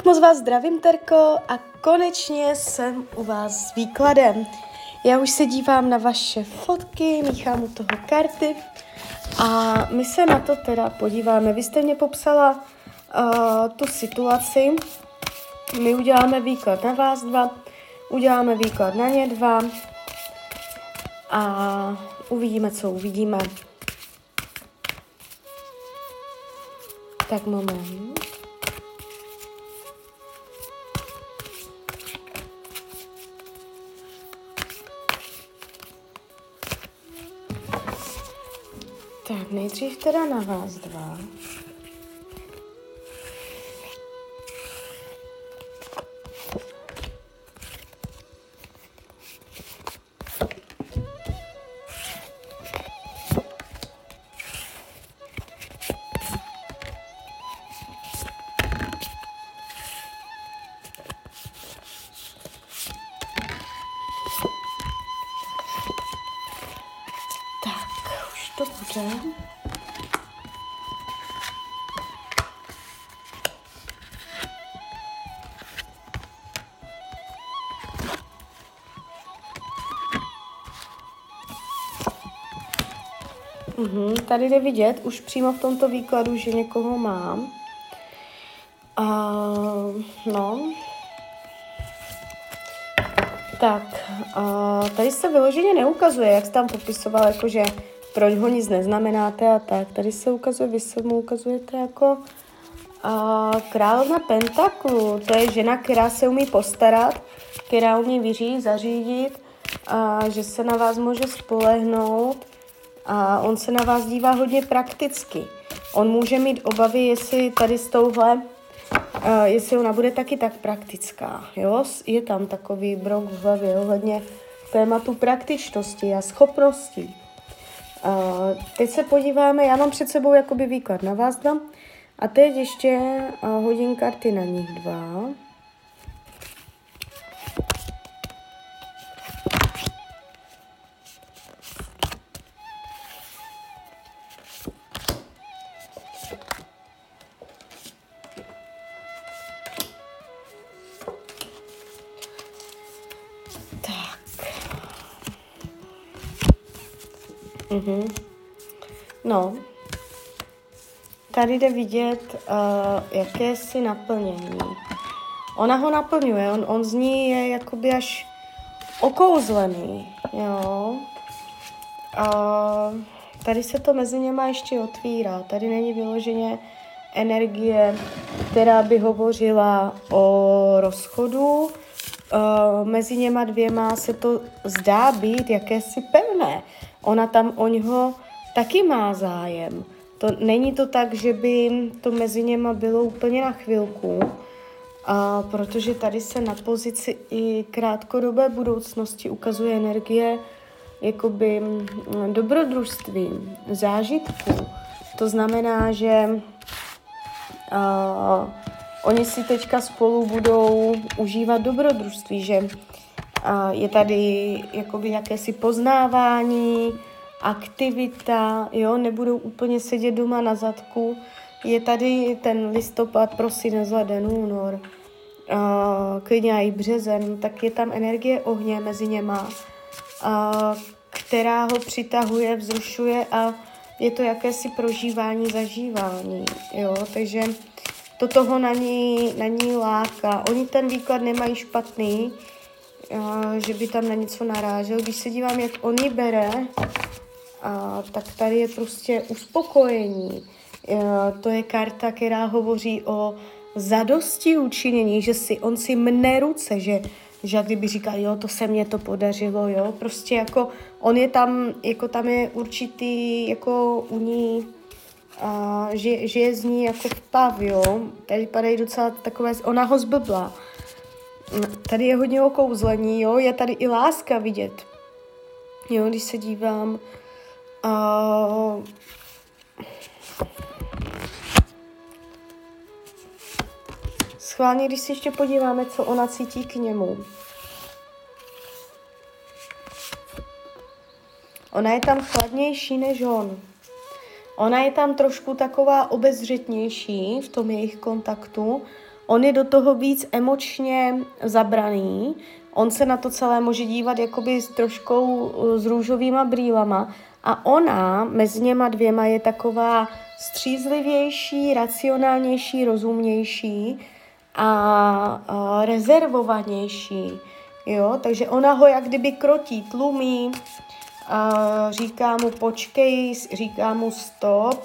Moc vás zdravím, Terko, a konečně jsem u vás s výkladem. Já už se dívám na vaše fotky, míchám u toho karty a my se na to teda podíváme. Vy jste mě popsala tu situaci. My uděláme výklad na vás dva, uděláme výklad na ně dva a uvidíme, co uvidíme. Tak moment. Tak nejdřív teda na vás dva. To bude. Tady jde vidět už přímo v tomto výkladu, že někoho mám. No. Tak, tady se vyloženě neukazuje, jak jsi tam popisoval, jakože proč ho nic neznamenáte a tak. Tady se ukazuje, vy se mu ukazujete jako královna pentaklu. To je žena, která se umí postarat, která umí vyřídit, zařídit, že se na vás může spolehnout a on se na vás dívá hodně prakticky. On může mít obavy, jestli tady s touhle, jestli ona bude taky tak praktická. Jo? Je tam takový brok v hlavě ohledně tématu praktičnosti a schopností. Teď se podíváme, já mám před sebou jakoby výklad na vás dva a teď ještě hodím karty na nich dva. No, tady jde vidět jakési naplnění. Ona ho naplňuje, on z ní je jakoby až okouzlený, jo. Tady se to mezi něma ještě otvírá, tady není vyloženě energie, která by hovořila o rozchodu. Mezi něma dvěma se to zdá být jakési pevné. Ona tam o něho taky má zájem. Není to tak, že by to mezi něma bylo úplně na chvilku, protože tady se na pozici i krátkodobé budoucnosti ukazuje energie jakoby dobrodružství, zážitku. To znamená, že oni si teďka spolu budou užívat dobrodružství, že je tady jakoby jakési poznávání, aktivita, jo, nebudou úplně sedět doma na zadku. Je tady ten listopad, prosinec, leden, únor, klidně i březen, tak je tam energie ohně mezi něma, která ho přitahuje, vzrušuje a je to jakési prožívání, zažívání, jo, takže to toho na ní láká. Oni ten výklad nemají špatný, že by tam na něco narážel. Když se dívám, jak on ji bere, tak tady je prostě uspokojení. To je karta, která hovoří o zadosti učinění, že on si mne ruce, že kdyby říkal, jo, to se mně to podařilo, jo, prostě jako on je tam, jako tam je určitý, jako u ní, že je z ní jako vpav, jo, tady padají docela takové, ona ho zblbla. Tady je hodně okouzlení, jo, je tady i láska vidět, jo, když se dívám. Schválně, když se ještě podíváme, co ona cítí k němu. Ona je tam chladnější než on. Ona je tam trošku taková obezřetnější v tom jejich kontaktu. on je do toho víc emočně zabraný, on se na to celé může dívat jakoby s troškou s růžovýma brýlema a ona mezi něma dvěma je taková střízlivější, racionálnější, rozumnější a rezervovanější. Jo? Takže ona ho jak kdyby krotí, tlumí, říká mu počkej, říká mu stop.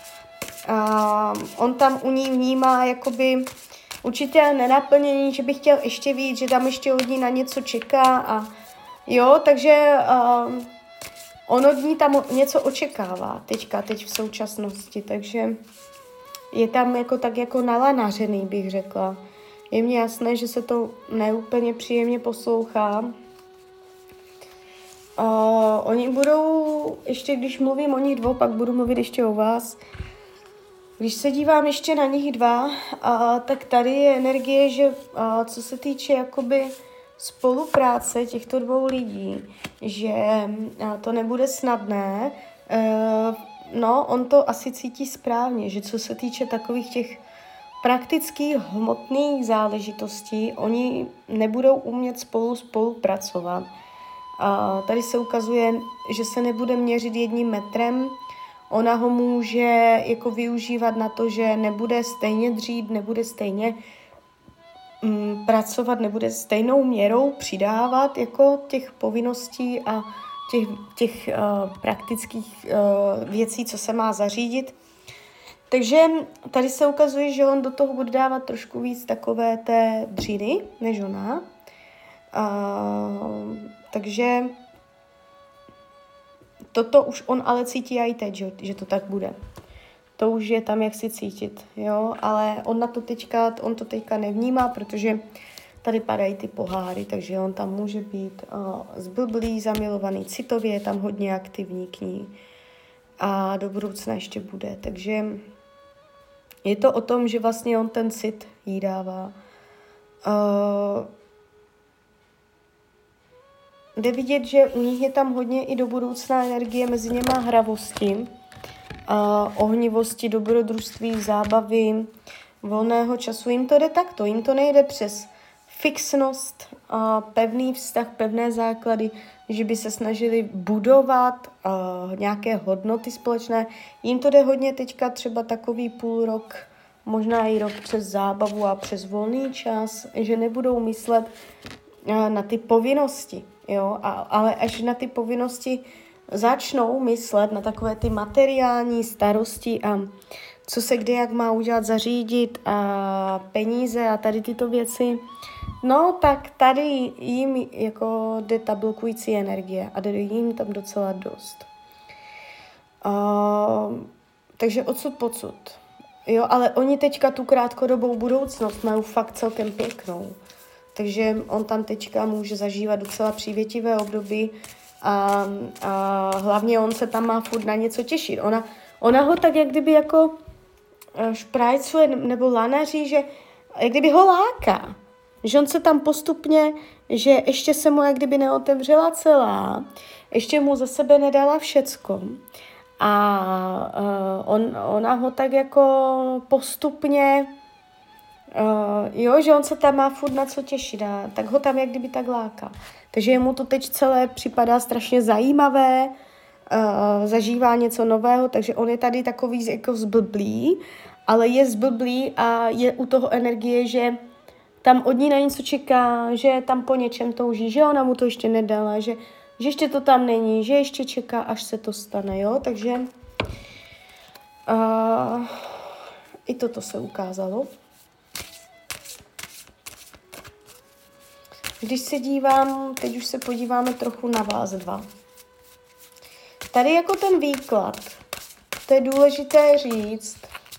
On tam u ní vnímá jakoby určitě nenaplnění, že by chtěl ještě víc, že tam ještě od ní na něco čeká a jo, takže on od ní tam něco očekává teď v současnosti, takže je tam jako tak jako nalanařený, bych řekla. Je mně jasné, že se to neúplně příjemně poslouchá. Oni budou, ještě když mluvím o nich dvou, pak budu mluvit ještě o vás. Když se dívám ještě na nich dva, tak tady je energie, že co se týče jakoby spolupráce těchto dvou lidí, že to nebude snadné. No, on to asi cítí správně, že co se týče takových těch praktických hmotných záležitostí, oni nebudou umět spolupracovat. Tady se ukazuje, že se nebude měřit jedním metrem, ona ho může jako využívat na to, že nebude stejně dřít, nebude stejně pracovat, nebude stejnou měrou přidávat jako těch povinností a těch praktických věcí, co se má zařídit. Takže tady se ukazuje, že on do toho bude dávat trošku víc takové té dřiny, než ona. Takže toto už on ale cítí i teď, že to tak bude. To už je tam, jak si cítit, jo, ale on to teďka nevnímá, protože tady padají ty poháry, takže on tam může být zblblý, zamilovaný, citově je tam hodně aktivní k ní a do budoucna ještě bude, takže je to o tom, že vlastně on ten cit jí dává. Jde vidět, že u nich je tam hodně i do budoucna energie, mezi něma hravosti, ohnivosti, dobrodružství, zábavy, volného času. Jim to jde takto, jim to nejde přes fixnost, pevný vztah, pevné základy, že by se snažili budovat nějaké hodnoty společné. Jim to jde hodně teďka třeba takový půl rok, možná i rok přes zábavu a přes volný čas, že nebudou myslet na ty povinnosti, jo, ale až na ty povinnosti začnou myslet na takové ty materiální starosti a co se kde jak má udělat, zařídit a peníze a tady tyto věci, no tak tady jim jako jde ta blokující energie a jde jim tam docela dost. Takže odsud pocud. Jo, ale oni teďka tu krátkodobou budoucnost mají fakt celkem pěknou. Takže on tam teďka může zažívat docela přívětivé období a hlavně on se tam má furt na něco těšit. Ona ho tak jak kdyby jako šprajcuje nebo lanaří, že jak kdyby ho láká. Že on se tam postupně, že ještě se mu jak kdyby neotevřela celá, ještě mu za sebe nedala všecko. A ona ho tak jako postupně, jo, že on se tam má furt na co těšit a tak ho tam jak kdyby tak láká. Takže mu to teď celé připadá strašně zajímavé, zažívá něco nového, takže on je tady takový jako zblblý, ale je zblblý a je u toho energie, že tam od ní na něco čeká, že tam po něčem touží, že ona mu to ještě nedala, že ještě to tam není, že ještě čeká, až se to stane, jo, takže i toto se ukázalo. Když se dívám, teď už se podíváme trochu na vás dva. Tady jako ten výklad, to je důležité říct,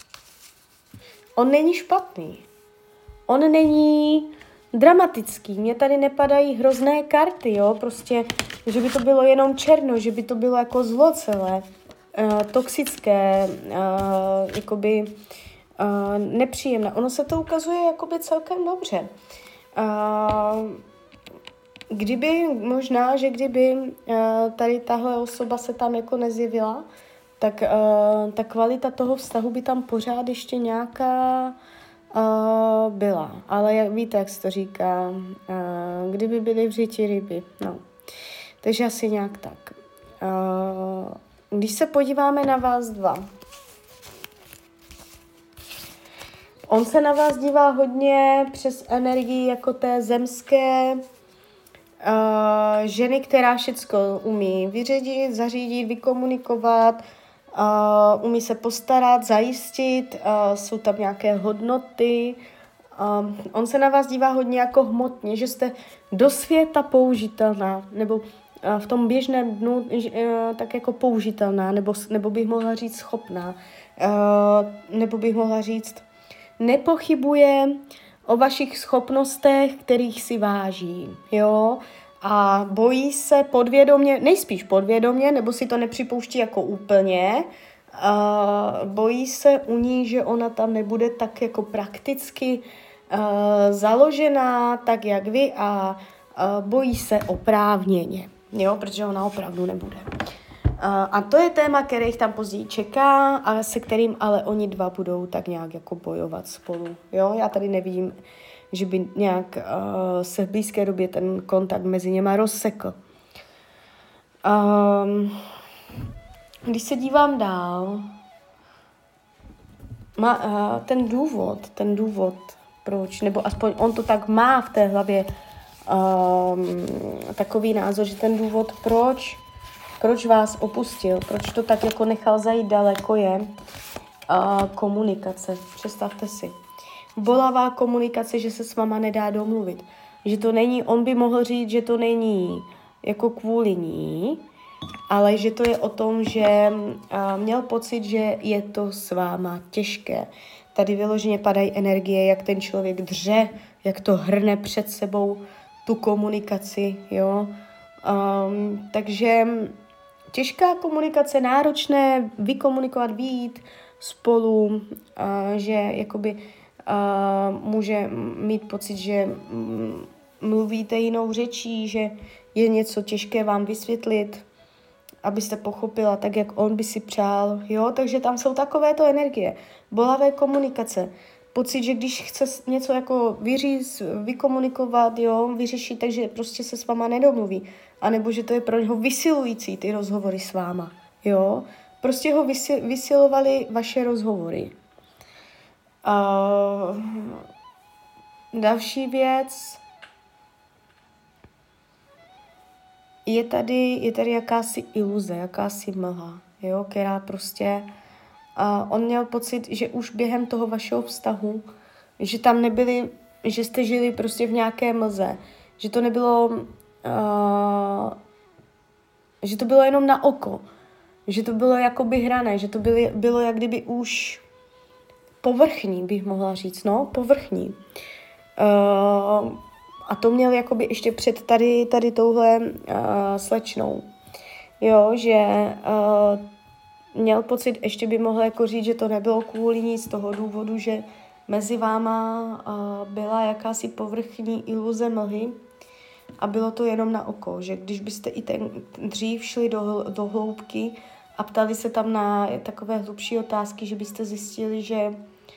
on není špatný, on není dramatický, mně tady nepadají hrozné karty, jo, prostě, že by to bylo jenom černo, že by to bylo jako zlo celé, toxické, jakoby nepříjemné. Ono se to ukazuje jakoby celkem dobře. Kdyby tady tahle osoba se tam jako nezjevila, tak ta kvalita toho vztahu by tam pořád ještě nějaká byla, ale jak víte, jak se to říká, kdyby byly v řiti ryby, no. Takže asi nějak tak. Když se podíváme na vás dva, on se na vás dívá hodně přes energii jako té zemské ženy, která všecko umí vyřídit, zařídit, vykomunikovat, umí se postarat, zajistit, jsou tam nějaké hodnoty. On se na vás dívá hodně jako hmotně, že jste do světa použitelná, nebo v tom běžném dnu tak jako použitelná, nebo bych mohla říct schopná, nebo bych mohla říct nepochybuje o vašich schopnostech, kterých si váží, jo, a bojí se podvědomě, nejspíš podvědomě, nebo si to nepřipouští jako úplně, bojí se u ní, že ona tam nebude tak jako prakticky založená, tak jak vy, a bojí se oprávněně, jo, protože ona opravdu nebude. A to je téma, který jich tam později čeká a se kterým ale oni dva budou tak nějak jako bojovat spolu. Jo? Já tady nevidím, že by nějak se v blízké době ten kontakt mezi něma rozsekl. Když se dívám dál, ten důvod, proč, nebo aspoň on to tak má v té hlavě, takový názor, že ten důvod, proč vás opustil, proč to tak jako nechal zajít daleko, je komunikace. Představte si. Bolavá komunikace, že se s váma nedá domluvit. Že to není, on by mohl říct, že to není jako kvůli ní, ale že to je o tom, že měl pocit, že je to s váma těžké. Tady vyloženě padají energie, jak ten člověk dře, jak to hrne před sebou tu komunikaci, jo. Takže těžká komunikace, náročné vykomunikovat, vyjít spolu, že jakoby může mít pocit, že mluvíte jinou řečí, že je něco těžké vám vysvětlit, abyste pochopila tak, jak on by si přál, jo, takže tam jsou takovéto energie, bolavé komunikace, pocit, že když chce něco jako vyříct, vykomunikovat, jo, vyřešit, takže prostě se s váma nedomluví, anebo že to je pro něho vysilující ty rozhovory s váma, jo, prostě ho vysilovaly vaše rozhovory. Další věc, je tady jakási iluze, jakási mlha, jo, která prostě, on měl pocit, že už během toho vašeho vztahu, že tam nebyli, že jste žili prostě v nějaké mlze, že to nebylo, že to bylo jenom na oko, že to bylo jakoby hrané, že to bylo jak kdyby už povrchní, bych mohla říct, no, povrchní. A to měl jakoby ještě před tady touhle slečnou. Jo, že měl pocit, ještě by mohl jako říct, že to nebylo kvůli ní z toho důvodu, že mezi váma byla jakási povrchní iluze mlhy a bylo to jenom na oko, že když byste i dřív šli do hloubky a ptali se tam na takové hlubší otázky, že byste zjistili, že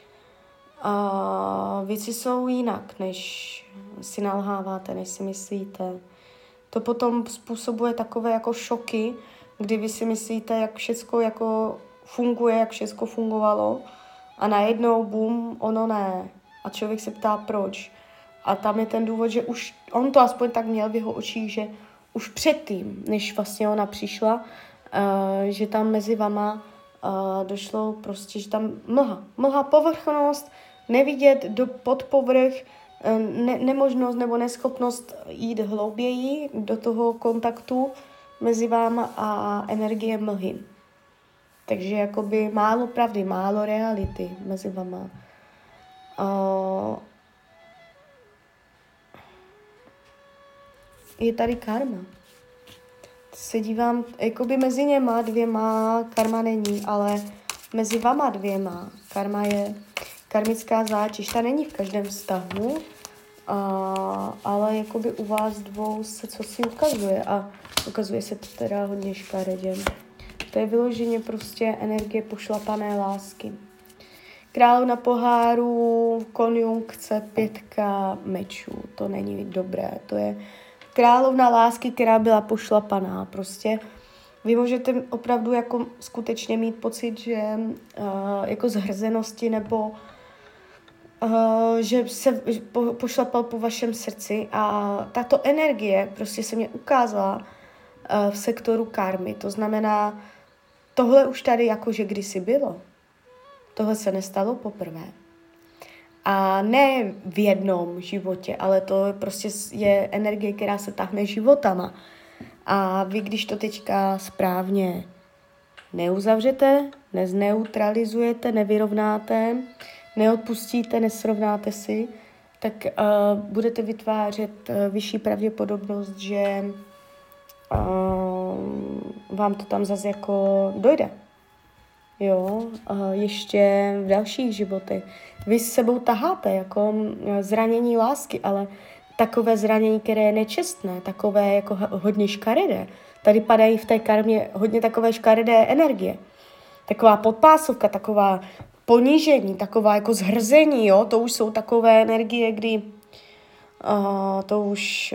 věci jsou jinak, než si nalháváte, než si myslíte. To potom způsobuje takové jako šoky, kdy vy si myslíte, jak všecko jako funguje, jak všecko fungovalo a najednou bum, ono ne. A člověk se ptá proč. A tam je ten důvod, že už on to aspoň tak měl v jeho očích, že už předtím, než vlastně ona přišla, že tam mezi vama došlo prostě, že tam mlha povrchnost, nevidět pod povrch, nemožnost nebo neschopnost jít hlouběji do toho kontaktu mezi váma a energie mlhy. Takže jakoby málo pravdy, málo reality mezi váma. Je tady karma. Se dívám, jakoby mezi něma dvěma karma není, ale mezi vama dvěma karma je karmická zátěž. Ta není v každém vztahu, ale jakoby u vás dvou se co si ukazuje a ukazuje se to teda hodně škaredě. To je vyloženě prostě energie pošlapané lásky, královna poháru, konjunkce, 5 mečů. To není dobré. To je královna lásky, která byla pošlapaná. Prostě vy můžete opravdu jako skutečně mít pocit, že jako zhrzenosti nebo že se pošlapal po vašem srdci a tato energie prostě se mě ukázala v sektoru karmy. To znamená, tohle už tady jakože kdysi bylo. Tohle se nestalo poprvé. A ne v jednom životě, ale to prostě je energie, která se tahne životama. A vy, když to teďka správně neuzavřete, nezneutralizujete, nevyrovnáte, neodpustíte, nesrovnáte si, tak budete vytvářet vyšší pravděpodobnost, že vám to tam zase jako dojde. Jo, ještě v dalších životech. Vy s sebou taháte jako zranění lásky, ale takové zranění, které je nečestné, takové jako hodně škaredé. Tady padají v té karmě hodně takové škaredé energie. Taková podpásovka, taková ponížení, taková jako zhrzení, jo, to už jsou takové energie, kdy to už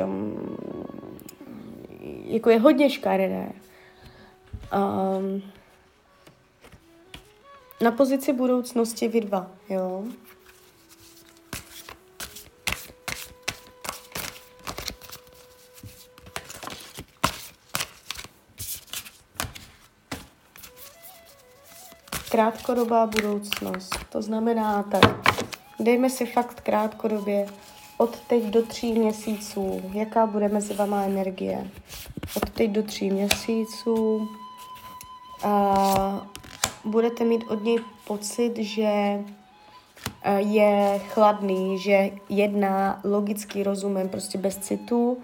jako je hodně škaredé. Na pozici budoucnosti vy dva, jo. Krátkodobá budoucnost. To znamená tak, dejme si fakt krátkodobě od teď do 3 měsíců. Jaká bude mezi váma energie? Od teď do 3 měsíců. Budete mít od něj pocit, že je chladný, že jedná logický rozumem, prostě bez citu.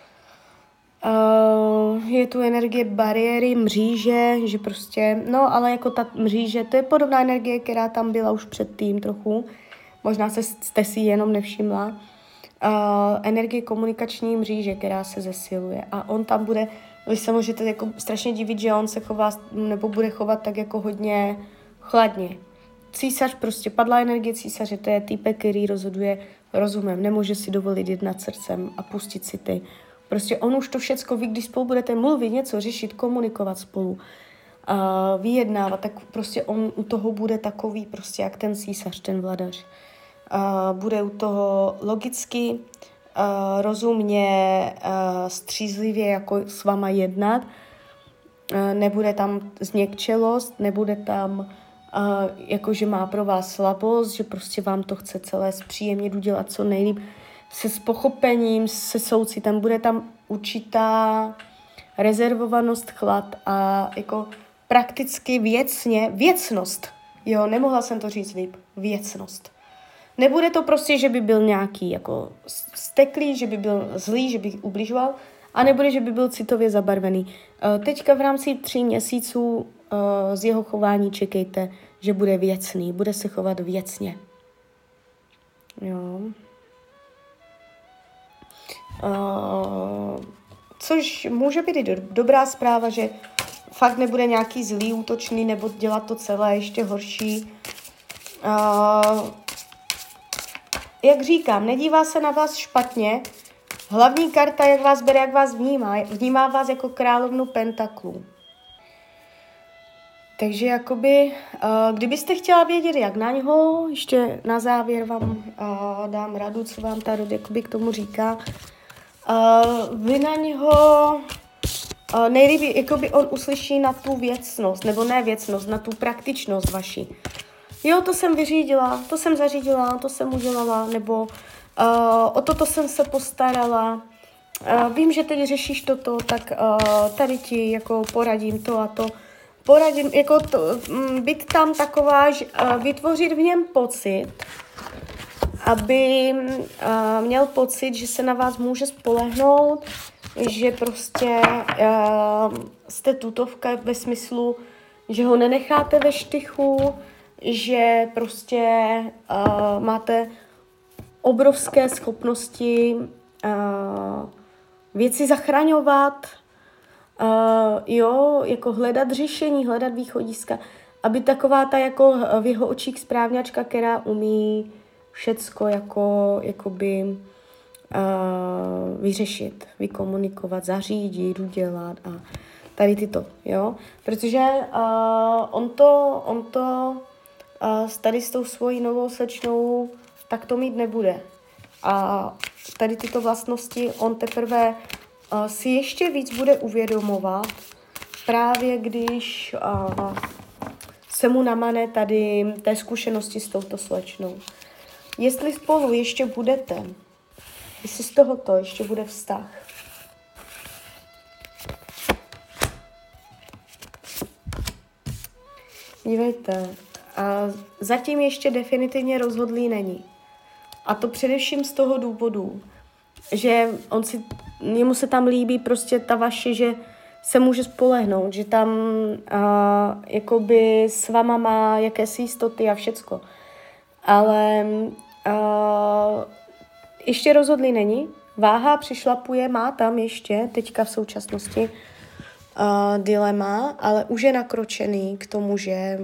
Je tu energie bariéry, mříže, že prostě, no ale jako ta mříže, to je podobná energie, která tam byla už předtím trochu, možná jste si jenom nevšimla. Energie komunikační mříže, která se zesiluje a on tam bude, vy se můžete jako strašně divit, že on se chová, nebo bude chovat tak jako hodně chladně. Císař, prostě padla energie císaře, to je týpek, který rozhoduje rozumem, nemůže si dovolit jednat srdcem a pustit si ty. Prostě on už to všecko, vy když spolu budete mluvit, něco řešit, komunikovat spolu, vyjednávat, tak prostě on u toho bude takový prostě jak ten císař, ten vladař. Bude u toho logicky, rozumně, střízlivě jako s váma jednat. Nebude tam změkčelost, nebude tam jakože má pro vás slabost, že prostě vám to chce celé zpříjemnit, udělat co nejlíp. Se s pochopením, se soucitem, bude tam určitá rezervovanost, chlad a jako prakticky věcnost. Jo, nemohla jsem to říct líp. Věcnost. Nebude to prostě, že by byl nějaký jako steklý, že by byl zlý, že by ubližoval, a nebude, že by byl citově zabarvený. Teďka v rámci 3 měsíců z jeho chování čekejte, že bude věcný, bude se chovat věcně. Jo. Což může být i dobrá zpráva, že fakt nebude nějaký zlý, útočný, nebo dělat to celé ještě horší. Jak říkám, nedívá se na vás špatně. Hlavní karta, jak vás bere, jak vás vnímá. Vnímá vás jako královnu pentaklů. Takže jakoby, kdybyste chtěla vědět, jak na něho, ještě na závěr vám dám radu, co vám Tarot jakoby k tomu říká. Vy na něho nejlíp, jakoby on uslyší na tu věcnost, nebo ne věcnost, na tu praktičnost vaši. Jo, to jsem vyřídila, to jsem zařídila, to jsem udělala, nebo o toto jsem se postarala. Vím, že teď řešíš toto, tak tady ti jako poradím to a to. Poradím, jako to, být tam taková, vytvořit v něm pocit, aby měl pocit, že se na vás může spolehnout, že prostě jste tutovka ve smyslu, že ho nenecháte ve štychu, že prostě máte obrovské schopnosti věci zachraňovat, jo, jako hledat řešení, hledat východiska. aby taková ta jako v jeho očích správňačka, která umí všecko jakoby vyřešit, vykomunikovat, zařídit, udělat a tady tyto, jo. Protože on to tady s tou svojí novou slečnou tak to mít nebude. A tady tyto vlastnosti on teprve si ještě víc bude uvědomovat, právě když se mu namane tady té zkušenosti s touto slečnou. Jestli spolu ještě budete, jestli z tohoto ještě bude vztah. Dívejte, zatím ještě definitivně rozhodlý není. A to především z toho důvodu, že jemu se tam líbí prostě ta vaše, že se může spolehnout, že tam jakoby s váma má jakési jistoty a všecko. Ale ještě rozhodlý není. Váha přišlapuje, má tam ještě teďka v současnosti dilema, ale už je nakročený k tomu, že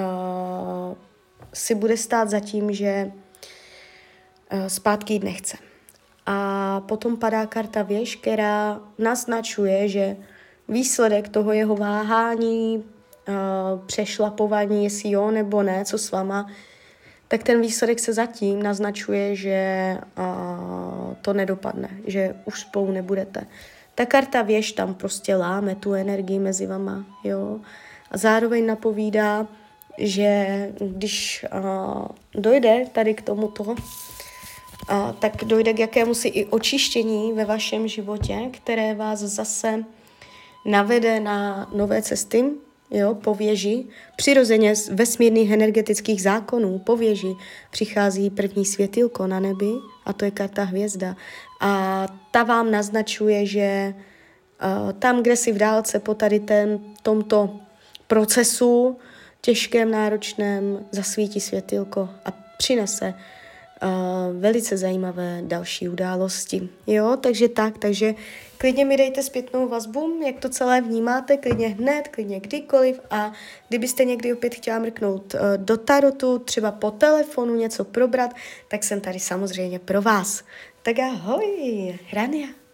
si bude stát za tím, že zpátky jít nechce. A potom padá karta věž, která naznačuje, že výsledek toho jeho váhání, přešlapování, jestli jo nebo ne, co s váma, tak ten výsledek se zatím naznačuje, že to nedopadne, že už spolu nebudete. Ta karta věž tam prostě láme tu energii mezi vama, jo. A zároveň napovídá, že když dojde tady k tomuto, tak dojde k jakémusi i očištění ve vašem životě, které vás zase navede na nové cesty, jo, po věži. Přirozeně z vesmírných energetických zákonů po věži přichází první světýlko na nebi a to je karta hvězda. A ta vám naznačuje, že tam, kde si v dálce po tady tomto procesu těžkém, náročném, zasvítí světýlko a přinese velice zajímavé další události. Jo, takže klidně mi dejte zpětnou vazbu, jak to celé vnímáte, klidně hned, klidně kdykoliv a kdybyste někdy opět chtěla mrknout do tarotu, třeba po telefonu něco probrat, tak jsem tady samozřejmě pro vás. Tak ahoj, Rania.